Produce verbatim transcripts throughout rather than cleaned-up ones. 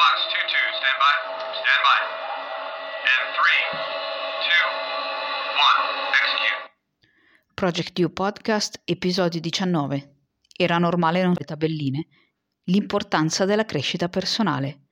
Fox two two, stand by. Stand by. And three, two, one, execute. Project U Podcast, episodio diciannove. Era normale non le tabelline. L'importanza della crescita personale.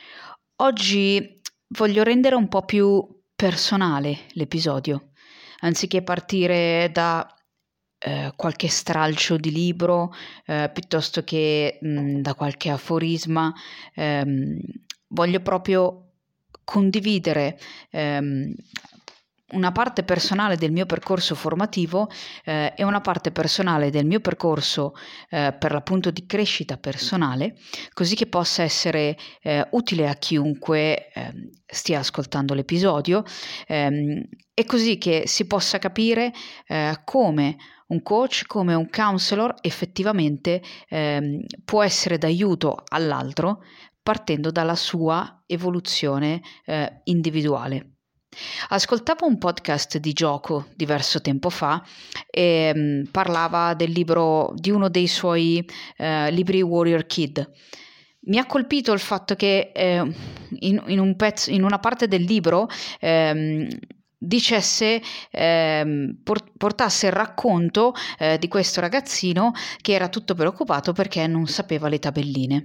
Oggi voglio rendere un po' più personale l'episodio, anziché partire da eh, qualche stralcio di libro, eh, piuttosto che mh, da qualche aforisma. Ehm, voglio proprio condividere ehm, una parte personale del mio percorso formativo eh, e una parte personale del mio percorso eh, per l'appunto di crescita personale, così che possa essere eh, utile a chiunque eh, stia ascoltando l'episodio ehm, e così che si possa capire eh, come un coach, come un counselor effettivamente ehm, può essere d'aiuto all'altro partendo dalla sua evoluzione eh, individuale. Ascoltavo un podcast di Gioco diverso tempo fa e mh, parlava del libro, di uno dei suoi eh, libri Warrior Kid. Mi ha colpito il fatto che eh, in, in, un pezzo, in una parte del libro ehm, dicesse, ehm, port- portasse il racconto eh, di questo ragazzino che era tutto preoccupato perché non sapeva le tabelline.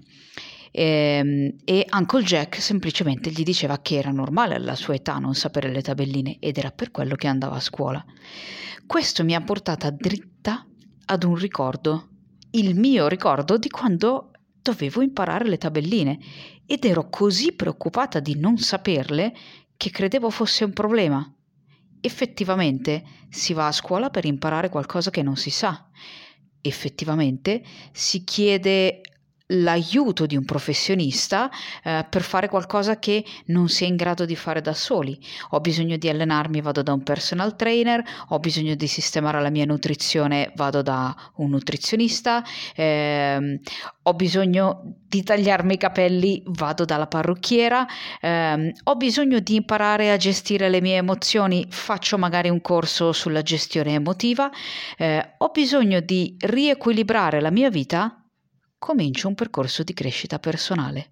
E, e Uncle Jack semplicemente gli diceva che era normale alla sua età non sapere le tabelline ed era per quello che andava a scuola. Questo mi ha portata dritta ad un ricordo, il mio ricordo di quando dovevo imparare le tabelline ed ero così preoccupata di non saperle che credevo fosse un problema. Effettivamente si va a scuola per imparare qualcosa che non si sa. Effettivamente si chiede l'aiuto di un professionista eh, per fare qualcosa che non si è in grado di fare da soli. Ho bisogno di allenarmi, vado da un personal trainer, ho bisogno di sistemare la mia nutrizione, vado da un nutrizionista, ehm, ho bisogno di tagliarmi i capelli, vado dalla parrucchiera, ehm, ho bisogno di imparare a gestire le mie emozioni, faccio magari un corso sulla gestione emotiva, eh, ho bisogno di riequilibrare la mia vita, comincio un percorso di crescita personale.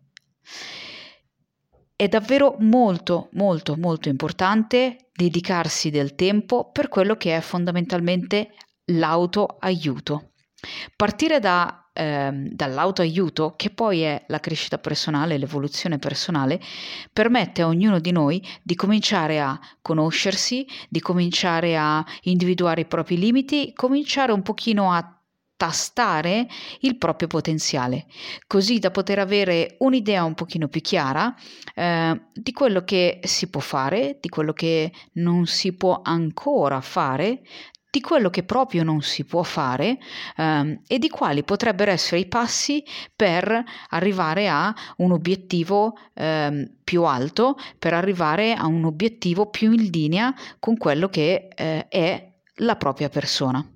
È davvero molto, molto, molto importante dedicarsi del tempo per quello che è fondamentalmente l'autoaiuto. Partire da, ehm, dall'autoaiuto, che poi è la crescita personale, l'evoluzione personale, permette a ognuno di noi di cominciare a conoscersi, di cominciare a individuare i propri limiti, cominciare un pochino a tastare il proprio potenziale, così da poter avere un'idea un pochino più chiara eh, di quello che si può fare, di quello che non si può ancora fare, di quello che proprio non si può fare ehm, e di quali potrebbero essere i passi per arrivare a un obiettivo ehm, più alto, per arrivare a un obiettivo più in linea con quello che eh, è la propria persona.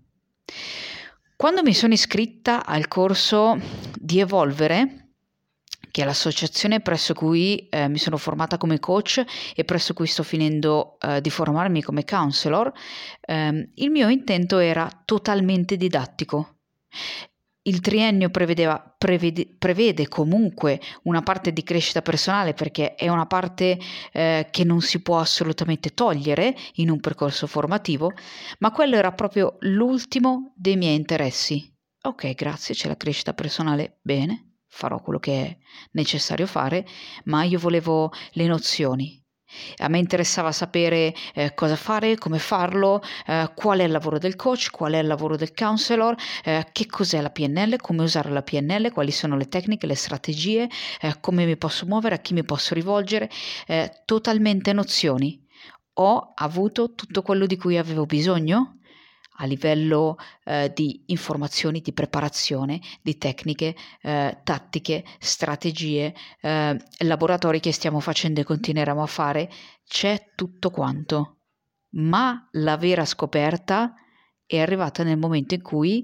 Quando mi sono iscritta al corso di Evolvere, che è l'associazione presso cui eh, mi sono formata come coach e presso cui sto finendo eh, di formarmi come counselor, ehm, il mio intento era totalmente didattico. Il triennio prevedeva, prevede, prevede comunque una parte di crescita personale perché è una parte eh, che non si può assolutamente togliere in un percorso formativo, ma quello era proprio l'ultimo dei miei interessi. Ok, grazie, c'è la crescita personale, bene, farò quello che è necessario fare, ma io volevo le nozioni. A me interessava sapere eh, cosa fare, come farlo, eh, qual è il lavoro del coach, qual è il lavoro del counselor, eh, che cos'è la P N L, come usare la P N L, quali sono le tecniche, le strategie, eh, come mi posso muovere, a chi mi posso rivolgere, eh, totalmente nozioni. Ho avuto tutto quello di cui avevo bisogno a livello eh, di informazioni, di preparazione, di tecniche, eh, tattiche, strategie, eh, laboratori che stiamo facendo e continueremo a fare, c'è tutto quanto. Ma la vera scoperta è arrivata nel momento in cui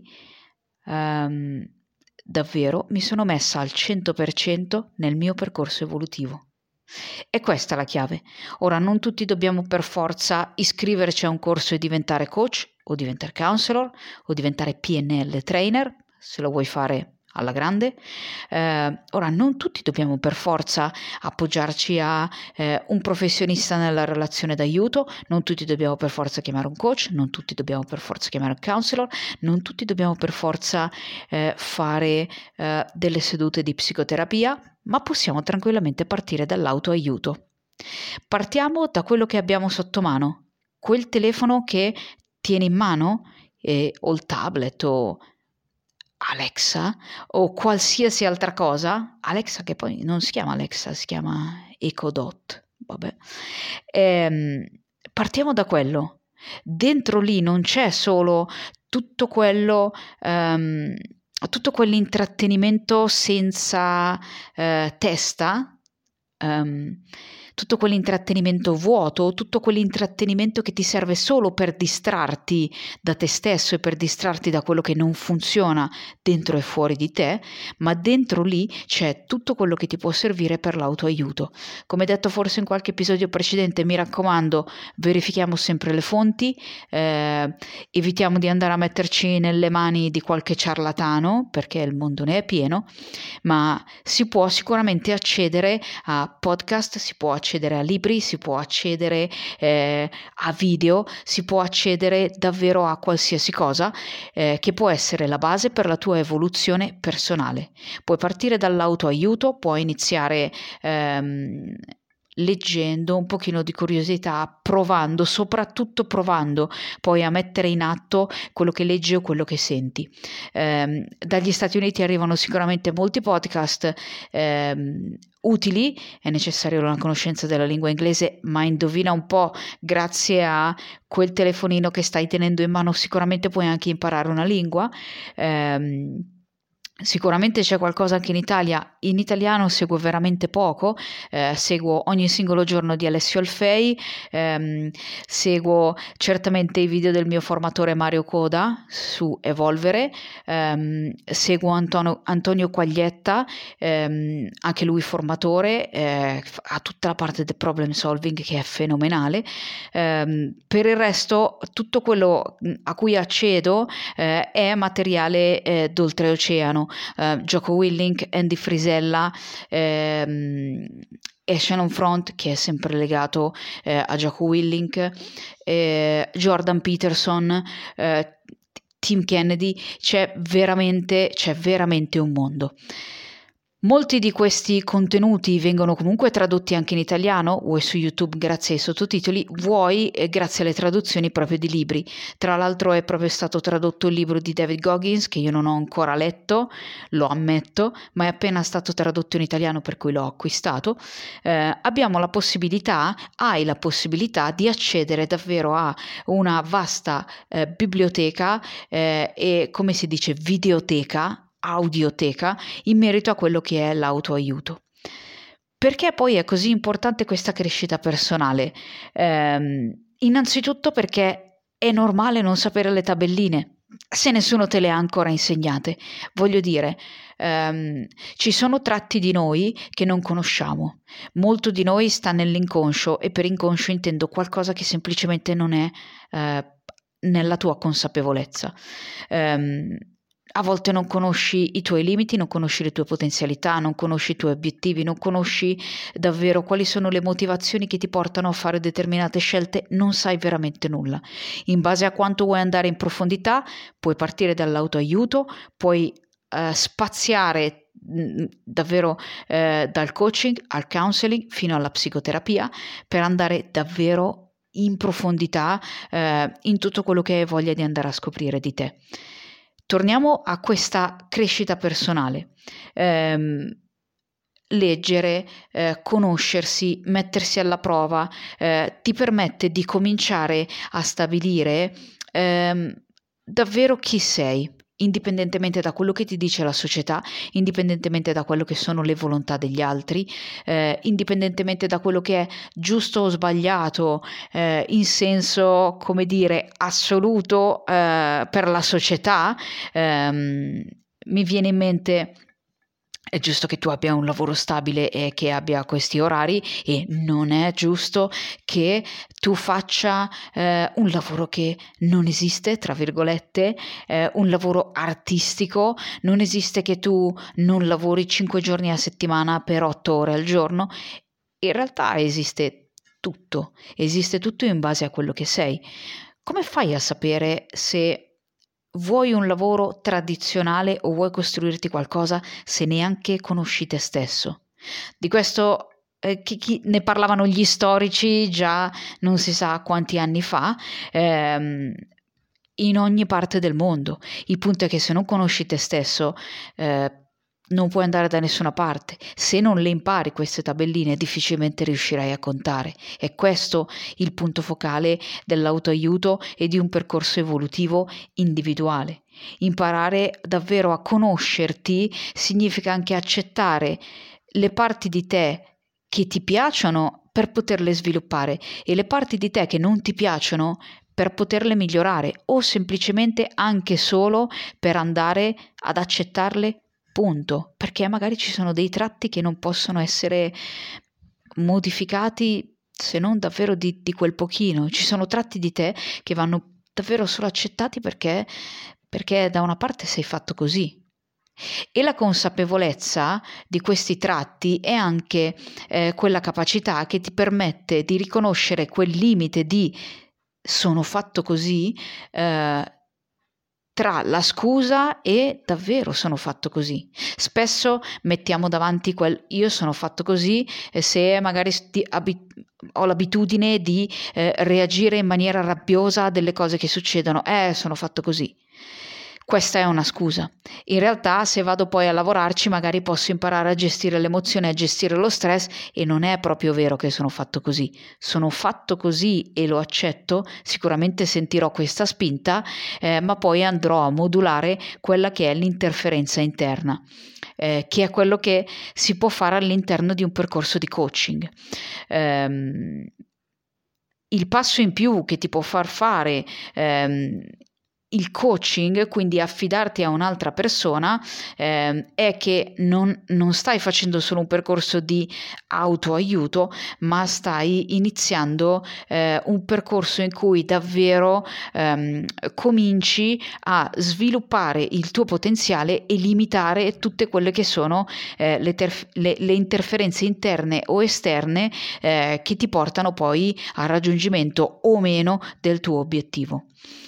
ehm, davvero mi sono messa al cento per cento nel mio percorso evolutivo. E questa è la chiave. Ora, non tutti dobbiamo per forza iscriverci a un corso e diventare coach o diventare counselor o diventare P N L trainer. Se lo vuoi fare, alla grande. Eh, ora, non tutti dobbiamo per forza appoggiarci a eh, un professionista nella relazione d'aiuto, non tutti dobbiamo per forza chiamare un coach, non tutti dobbiamo per forza chiamare un counselor, non tutti dobbiamo per forza eh, fare eh, delle sedute di psicoterapia, ma possiamo tranquillamente partire dall'autoaiuto. Partiamo da quello che abbiamo sotto mano, quel telefono che tieni in mano, eh, o il tablet o Alexa o qualsiasi altra cosa. Alexa, che poi non si chiama Alexa, si chiama Echo Dot, vabbè. Ehm, partiamo da quello. Dentro lì non c'è solo tutto quello, um, tutto quell'intrattenimento senza uh, testa, um, tutto quell'intrattenimento vuoto, tutto quell'intrattenimento che ti serve solo per distrarti da te stesso e per distrarti da quello che non funziona dentro e fuori di te, ma dentro lì c'è tutto quello che ti può servire per l'autoaiuto. Come detto forse in qualche episodio precedente, mi raccomando, verifichiamo sempre le fonti, eh, evitiamo di andare a metterci nelle mani di qualche ciarlatano, perché il mondo ne è pieno, ma si può sicuramente accedere a podcast, si può accedere a libri, si può accedere eh, a video, si può accedere davvero a qualsiasi cosa eh, che può essere la base per la tua evoluzione personale. Puoi partire dall'autoaiuto, puoi iniziare ehm, leggendo, un pochino di curiosità, provando, soprattutto provando poi a mettere in atto quello che leggi o quello che senti. Eh, dagli Stati Uniti arrivano sicuramente molti podcast ehm, utili, è necessario la conoscenza della lingua inglese, ma indovina un po', grazie a quel telefonino che stai tenendo in mano sicuramente puoi anche imparare una lingua. Eh, Sicuramente c'è qualcosa anche in Italia, in italiano seguo veramente poco, eh, seguo ogni singolo giorno di Alessio Alfei, ehm, seguo certamente i video del mio formatore Mario Coda su Evolvere, ehm, seguo Antonio, Antonio Quaglietta, ehm, anche lui formatore, eh, ha tutta la parte del problem solving che è fenomenale. Ehm, per il resto tutto quello a cui accedo eh, è materiale eh, d'oltreoceano. Uh, Jocko Willink, Andy Frisella ehm, e Shannon Front, che è sempre legato eh, a Jocko Willink, eh, Jordan Peterson, eh, Tim Kennedy, c'è veramente, c'è veramente un mondo. Molti di questi contenuti vengono comunque tradotti anche in italiano, vuoi su YouTube grazie ai sottotitoli, vuoi eh, grazie alle traduzioni proprio di libri. Tra l'altro è proprio stato tradotto il libro di David Goggins, che io non ho ancora letto, lo ammetto, ma è appena stato tradotto in italiano per cui l'ho acquistato. Eh, abbiamo la possibilità, hai la possibilità di accedere davvero a una vasta eh, biblioteca eh, e, come si dice, videoteca, audioteca in merito a quello che è l'autoaiuto. Perché poi è così importante questa crescita personale? Eh, innanzitutto perché è normale non sapere le tabelline, se nessuno te le ha ancora insegnate. Voglio dire, ehm, ci sono tratti di noi che non conosciamo. Molto di noi sta nell'inconscio, e per inconscio intendo qualcosa che semplicemente non è eh, nella tua consapevolezza. Um, A volte non conosci i tuoi limiti, non conosci le tue potenzialità, non conosci i tuoi obiettivi, non conosci davvero quali sono le motivazioni che ti portano a fare determinate scelte, non sai veramente nulla. In base a quanto vuoi andare in profondità, puoi partire dall'autoaiuto, puoi eh, spaziare mh, davvero eh, dal coaching al counseling fino alla psicoterapia per andare davvero in profondità eh, in tutto quello che hai voglia di andare a scoprire di te. Torniamo a questa crescita personale. Eh, leggere, eh, conoscersi, mettersi alla prova, eh, ti permette di cominciare a stabilire eh, davvero chi sei, indipendentemente da quello che ti dice la società, indipendentemente da quello che sono le volontà degli altri, eh, indipendentemente da quello che è giusto o sbagliato, eh, in senso, come dire, assoluto eh, per la società. Ehm, mi viene in mente È giusto che tu abbia un lavoro stabile e che abbia questi orari, e non è giusto che tu faccia eh, un lavoro che non esiste, tra virgolette, eh, un lavoro artistico. Non esiste che tu non lavori cinque giorni a settimana per otto ore al giorno. In realtà esiste tutto, esiste tutto in base a quello che sei. Come fai a sapere se vuoi un lavoro tradizionale o vuoi costruirti qualcosa se neanche conosci te stesso? Di questo eh, chi, chi- ne parlavano gli storici già non si sa quanti anni fa, ehm, in ogni parte del mondo. Il punto è che se non conosci te stesso, eh, non puoi andare da nessuna parte. Se non le impari queste tabelline, difficilmente riuscirai a contare. È questo il punto focale dell'autoaiuto e di un percorso evolutivo individuale. Imparare davvero a conoscerti significa anche accettare le parti di te che ti piacciono per poterle sviluppare, e le parti di te che non ti piacciono per poterle migliorare, o semplicemente anche solo per andare ad accettarle. Punto, perché magari ci sono dei tratti che non possono essere modificati, se non davvero di, di quel pochino. Ci sono tratti di te che vanno davvero solo accettati perché, perché da una parte sei fatto così. E la consapevolezza di questi tratti è anche eh, quella capacità che ti permette di riconoscere quel limite di sono fatto così, eh, tra la scusa e davvero sono fatto così. Spesso mettiamo davanti quel io sono fatto così, e se magari sti, abi, ho l'abitudine di eh, reagire in maniera rabbiosa a delle cose che succedono, eh sono fatto così. Questa è una scusa. In realtà, se vado poi a lavorarci, magari posso imparare a gestire l'emozione, a gestire lo stress, e non è proprio vero che sono fatto così. Sono fatto così e lo accetto, sicuramente sentirò questa spinta, eh, ma poi andrò a modulare quella che è l'interferenza interna, eh, che è quello che si può fare all'interno di un percorso di coaching. Ehm, il passo in più che ti può far fare ehm, il coaching, quindi affidarti a un'altra persona, eh, è che non, non stai facendo solo un percorso di autoaiuto, ma stai iniziando eh, un percorso in cui davvero ehm, cominci a sviluppare il tuo potenziale e limitare tutte quelle che sono eh, le, terf- le, le interferenze interne o esterne eh, che ti portano poi al raggiungimento o meno del tuo obiettivo.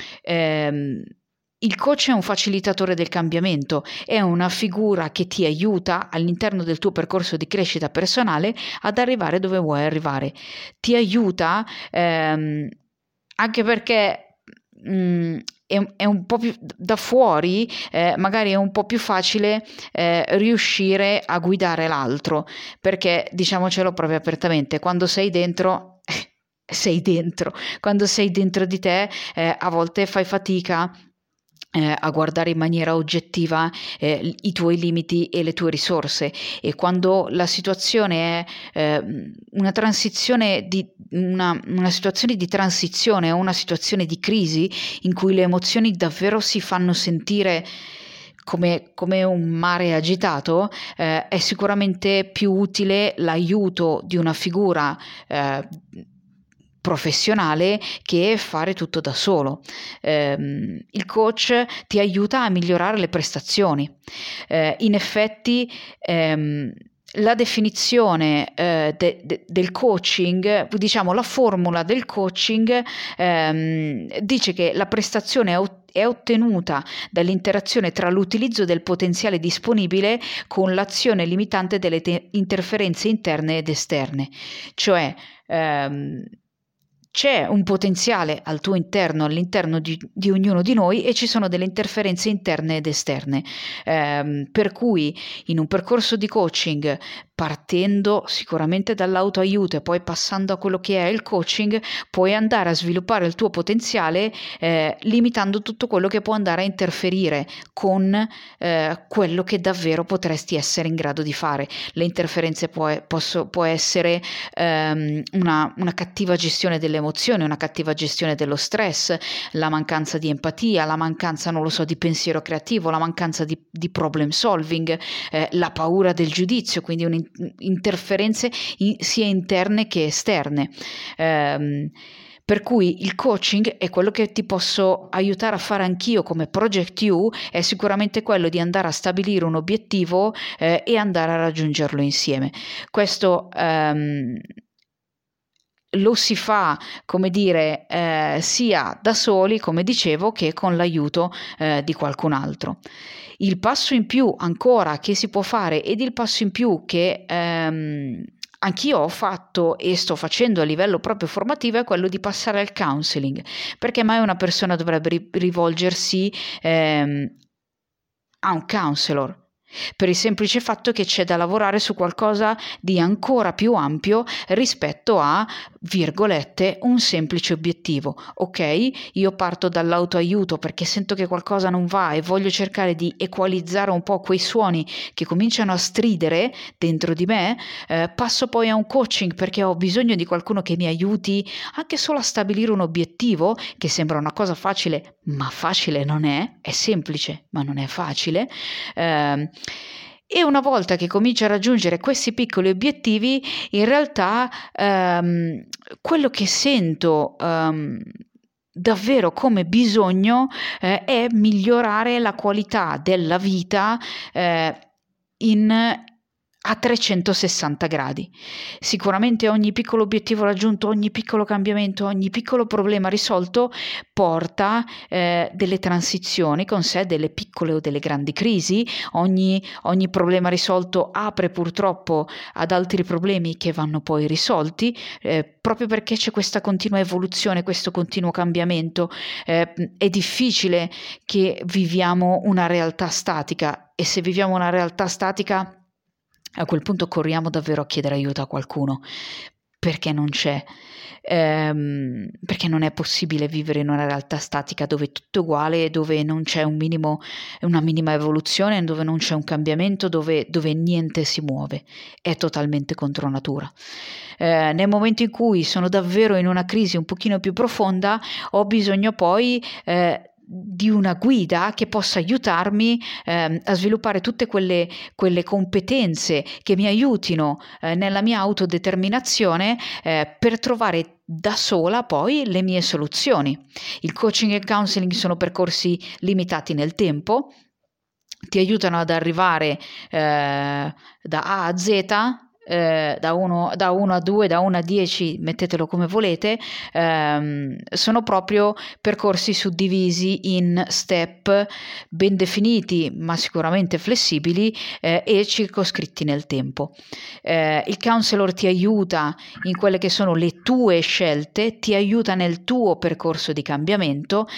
Eh, il coach è un facilitatore del cambiamento, è una figura che ti aiuta all'interno del tuo percorso di crescita personale ad arrivare dove vuoi arrivare. Ti aiuta ehm, anche perché mh, è, è un po' più da fuori, eh, magari è un po' più facile eh, riuscire a guidare l'altro, perché diciamocelo proprio apertamente, quando sei dentro sei dentro, quando sei dentro di te eh, a volte fai fatica eh, a guardare in maniera oggettiva eh, i tuoi limiti e le tue risorse, e quando la situazione è eh, una transizione di una, una situazione di transizione o una situazione di crisi in cui le emozioni davvero si fanno sentire come, come un mare agitato, eh, è sicuramente più utile l'aiuto di una figura eh, professionale che fare tutto da solo. Eh, il coach ti aiuta a migliorare le prestazioni. Eh, in effetti, ehm, la definizione eh, de, de, del coaching, diciamo la formula del coaching, ehm, dice che la prestazione è è ottenuta dall'interazione tra l'utilizzo del potenziale disponibile con l'azione limitante delle te- interferenze interne ed esterne. Cioè, ehm, c'è un potenziale al tuo interno, all'interno di, di ognuno di noi, e ci sono delle interferenze interne ed esterne, ehm, per cui in un percorso di coaching partendo sicuramente dall'autoaiuto e poi passando a quello che è il coaching, puoi andare a sviluppare il tuo potenziale eh, limitando tutto quello che può andare a interferire con eh, quello che davvero potresti essere in grado di fare. Le interferenze può, posso, può essere ehm, una, una cattiva gestione delle emozioni, una cattiva gestione dello stress, la mancanza di empatia, la mancanza, non lo so, di pensiero creativo, la mancanza di, di problem solving, eh, la paura del giudizio, quindi un interferenze in, sia interne che esterne. Um, per cui il coaching è quello che ti posso aiutare a fare anch'io come Project You, è sicuramente quello di andare a stabilire un obiettivo eh, e andare a raggiungerlo insieme. Questo um, lo si fa, come dire, eh, sia da soli, come dicevo, che con l'aiuto eh, di qualcun altro. Il passo in più ancora che si può fare ed il passo in più che ehm, anch'io ho fatto e sto facendo a livello proprio formativo è quello di passare al counseling, perché mai una persona dovrebbe rivolgersi ehm, a un counselor? Per il semplice fatto che c'è da lavorare su qualcosa di ancora più ampio rispetto a, virgolette, un semplice obiettivo. Ok, io parto dall'autoaiuto perché sento che qualcosa non va e voglio cercare di equalizzare un po' quei suoni che cominciano a stridere dentro di me, eh, passo poi a un coaching perché ho bisogno di qualcuno che mi aiuti anche solo a stabilire un obiettivo, che sembra una cosa facile, ma facile non è, è semplice, ma non è facile. Eh, E una volta che cominci a raggiungere questi piccoli obiettivi, in realtà ehm, quello che sento ehm, davvero come bisogno eh, è migliorare la qualità della vita eh, in a trecentosessanta gradi. Sicuramente ogni piccolo obiettivo raggiunto, ogni piccolo cambiamento, ogni piccolo problema risolto porta eh, delle transizioni con sé, delle piccole o delle grandi crisi. Ogni, ogni problema risolto apre purtroppo ad altri problemi che vanno poi risolti, eh, proprio perché c'è questa continua evoluzione, questo continuo cambiamento. Eh, è difficile che viviamo una realtà statica, e se viviamo una realtà statica a quel punto corriamo davvero a chiedere aiuto a qualcuno, perché non c'è, ehm, perché non è possibile vivere in una realtà statica dove tutto è uguale, dove non c'è un minimo, una minima evoluzione, dove non c'è un cambiamento, dove, dove niente si muove, è totalmente contro natura. Eh, nel momento in cui sono davvero in una crisi un pochino più profonda, ho bisogno poi eh, di una guida che possa aiutarmi eh, a sviluppare tutte quelle, quelle competenze che mi aiutino eh, nella mia autodeterminazione eh, per trovare da sola poi le mie soluzioni. Il coaching e il counseling sono percorsi limitati nel tempo, ti aiutano ad arrivare eh, da A a Z, Eh, da uno a due, da uno a dieci, mettetelo come volete, ehm, sono proprio percorsi suddivisi in step ben definiti ma sicuramente flessibili eh, e circoscritti nel tempo. Eh, il counselor ti aiuta in quelle che sono le tue scelte, ti aiuta nel tuo percorso di cambiamento,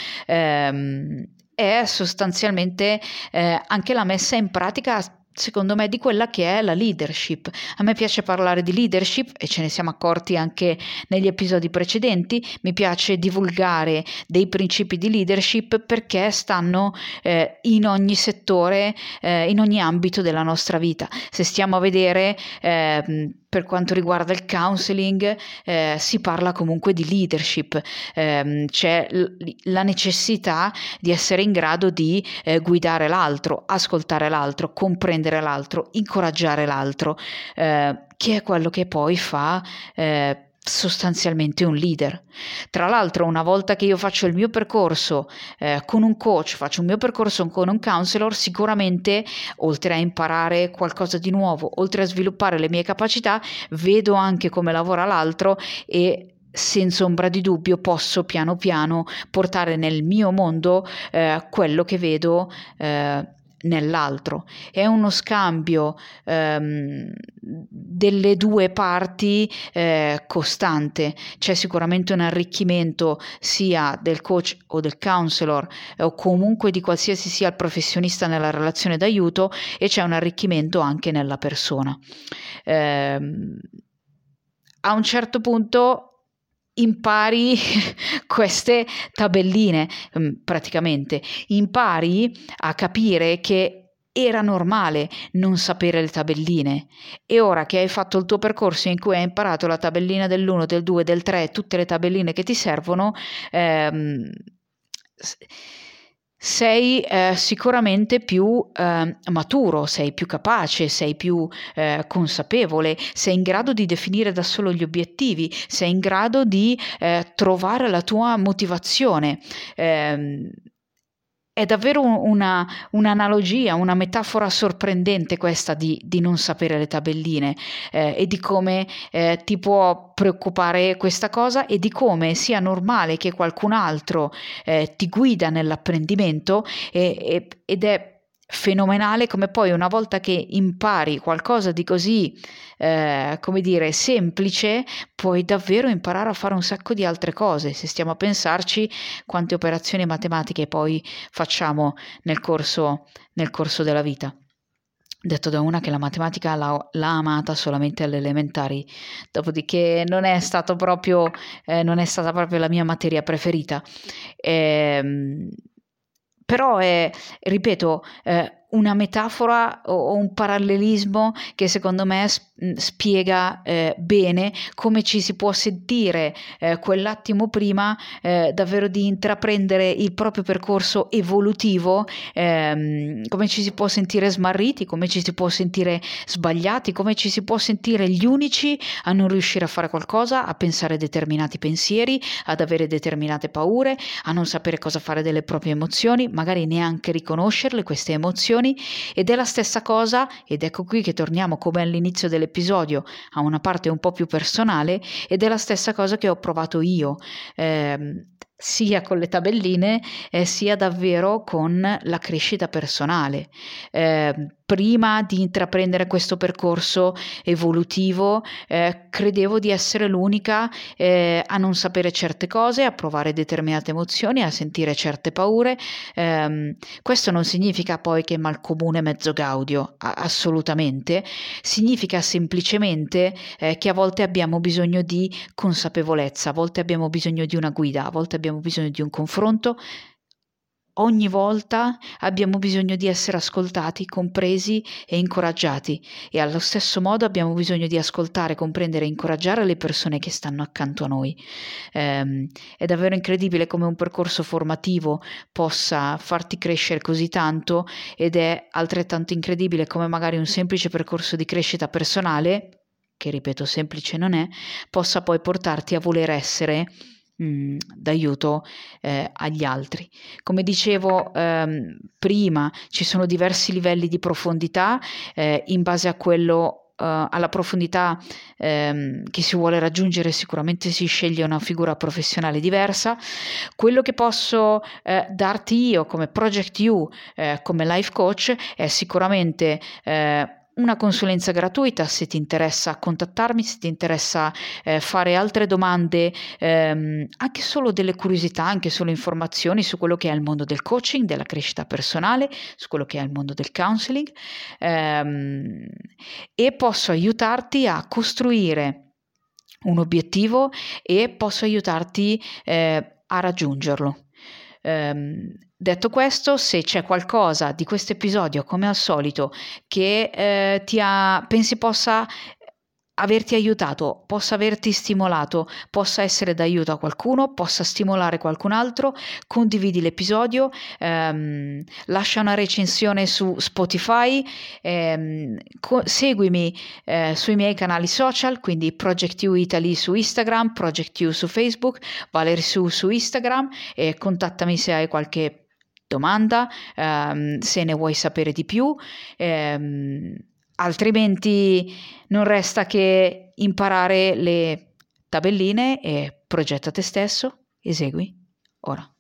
ehm, è sostanzialmente eh, anche la messa in pratica, secondo me, di quella che è la leadership. A me piace parlare di leadership e ce ne siamo accorti anche negli episodi precedenti. Mi piace divulgare dei principi di leadership perché stanno eh, in ogni settore, eh, in ogni ambito della nostra vita. Se stiamo a vedere eh, per quanto riguarda il counseling, eh, si parla comunque di leadership, eh, c'è l- la necessità di essere in grado di eh, guidare l'altro, ascoltare l'altro, comprendere l'altro, incoraggiare l'altro, eh, che è quello che poi fa eh, sostanzialmente un leader. Tra l'altro, una volta che io faccio il mio percorso eh, con un coach, faccio un mio percorso con un counselor, sicuramente oltre a imparare qualcosa di nuovo, oltre a sviluppare le mie capacità, vedo anche come lavora l'altro e senza ombra di dubbio posso piano piano portare nel mio mondo eh, quello che vedo eh, nell'altro. È uno scambio ehm, delle due parti eh, costante. C'è sicuramente un arricchimento sia del coach o del counselor eh, o comunque di qualsiasi sia il professionista nella relazione d'aiuto, e c'è un arricchimento anche nella persona. Eh, a un certo punto impari queste tabelline, praticamente impari a capire che era normale non sapere le tabelline, e ora che hai fatto il tuo percorso in cui hai imparato la tabellina dell'uno, del due, del tre, tutte le tabelline che ti servono, ehm, sei eh, sicuramente più eh, maturo, sei più capace, sei più eh, consapevole, sei in grado di definire da solo gli obiettivi, sei in grado di eh, trovare la tua motivazione. Eh, È davvero una, un'analogia, una metafora sorprendente questa di, di non sapere le tabelline eh, e di come eh, ti può preoccupare questa cosa, e di come sia normale che qualcun altro eh, ti guida nell'apprendimento, e, e, ed è fenomenale come poi, una volta che impari qualcosa di così eh, come dire semplice, puoi davvero imparare a fare un sacco di altre cose. Se stiamo a pensarci, quante operazioni matematiche poi facciamo nel corso, nel corso della vita. Detto da una che la matematica l'ha, l'ha amata solamente alle elementari, dopodiché non è stato proprio, eh, non è stata proprio la mia materia preferita. Ehm, però è, ripeto, eh, una metafora o, o un parallelismo che secondo me sp- spiega eh, bene come ci si può sentire eh, quell'attimo prima eh, davvero di intraprendere il proprio percorso evolutivo, ehm, come ci si può sentire smarriti, come ci si può sentire sbagliati, come ci si può sentire gli unici a non riuscire a fare qualcosa, a pensare determinati pensieri, ad avere determinate paure, a non sapere cosa fare delle proprie emozioni, magari neanche riconoscerle queste emozioni. Ed è la stessa cosa, ed ecco qui che torniamo, come all'inizio dell'episodio, a una parte un po' più personale, ed è la stessa cosa che ho provato io, eh, sia con le tabelline eh, sia davvero con la crescita personale. Eh, prima di intraprendere questo percorso evolutivo eh, credevo di essere l'unica eh, a non sapere certe cose, a provare determinate emozioni, a sentire certe paure. Eh, questo non significa poi che malcomune mezzo gaudio, a- assolutamente. Significa semplicemente eh, che a volte abbiamo bisogno di consapevolezza, a volte abbiamo bisogno di una guida, a volte abbiamo bisogno di un confronto. Ogni volta abbiamo bisogno di essere ascoltati, compresi e incoraggiati, e allo stesso modo abbiamo bisogno di ascoltare, comprendere e incoraggiare le persone che stanno accanto a noi. Ehm, è davvero incredibile come un percorso formativo possa farti crescere così tanto, ed è altrettanto incredibile come magari un semplice percorso di crescita personale, che ripeto semplice non è, possa poi portarti a voler essere mh, d'aiuto eh, agli altri. Come dicevo ehm, prima, ci sono diversi livelli di profondità eh, in base a quello Uh, alla profondità ehm, che si vuole raggiungere. Sicuramente si sceglie una figura professionale diversa. Quello che posso eh, darti io come Project You, eh, come life coach, è sicuramente eh, una consulenza gratuita, se ti interessa contattarmi, se ti interessa eh, fare altre domande, ehm, anche solo delle curiosità, anche solo informazioni su quello che è il mondo del coaching, della crescita personale, su quello che è il mondo del counseling, ehm, e posso aiutarti a costruire un obiettivo e posso aiutarti eh, a raggiungerlo. Um, detto questo, se c'è qualcosa di questo episodio, come al solito, che eh, ti ha, pensi possa averti aiutato, possa averti stimolato, possa essere d'aiuto a qualcuno, possa stimolare qualcun altro, condividi l'episodio, ehm, lascia una recensione su Spotify, ehm, co- seguimi eh, sui miei canali social, quindi Project You Italy su Instagram, Project You su Facebook, Valerie Su su Instagram, e contattami se hai qualche domanda, ehm, se ne vuoi sapere di più. Ehm, Altrimenti non resta che imparare le tabelline e progetta te stesso, esegui ora.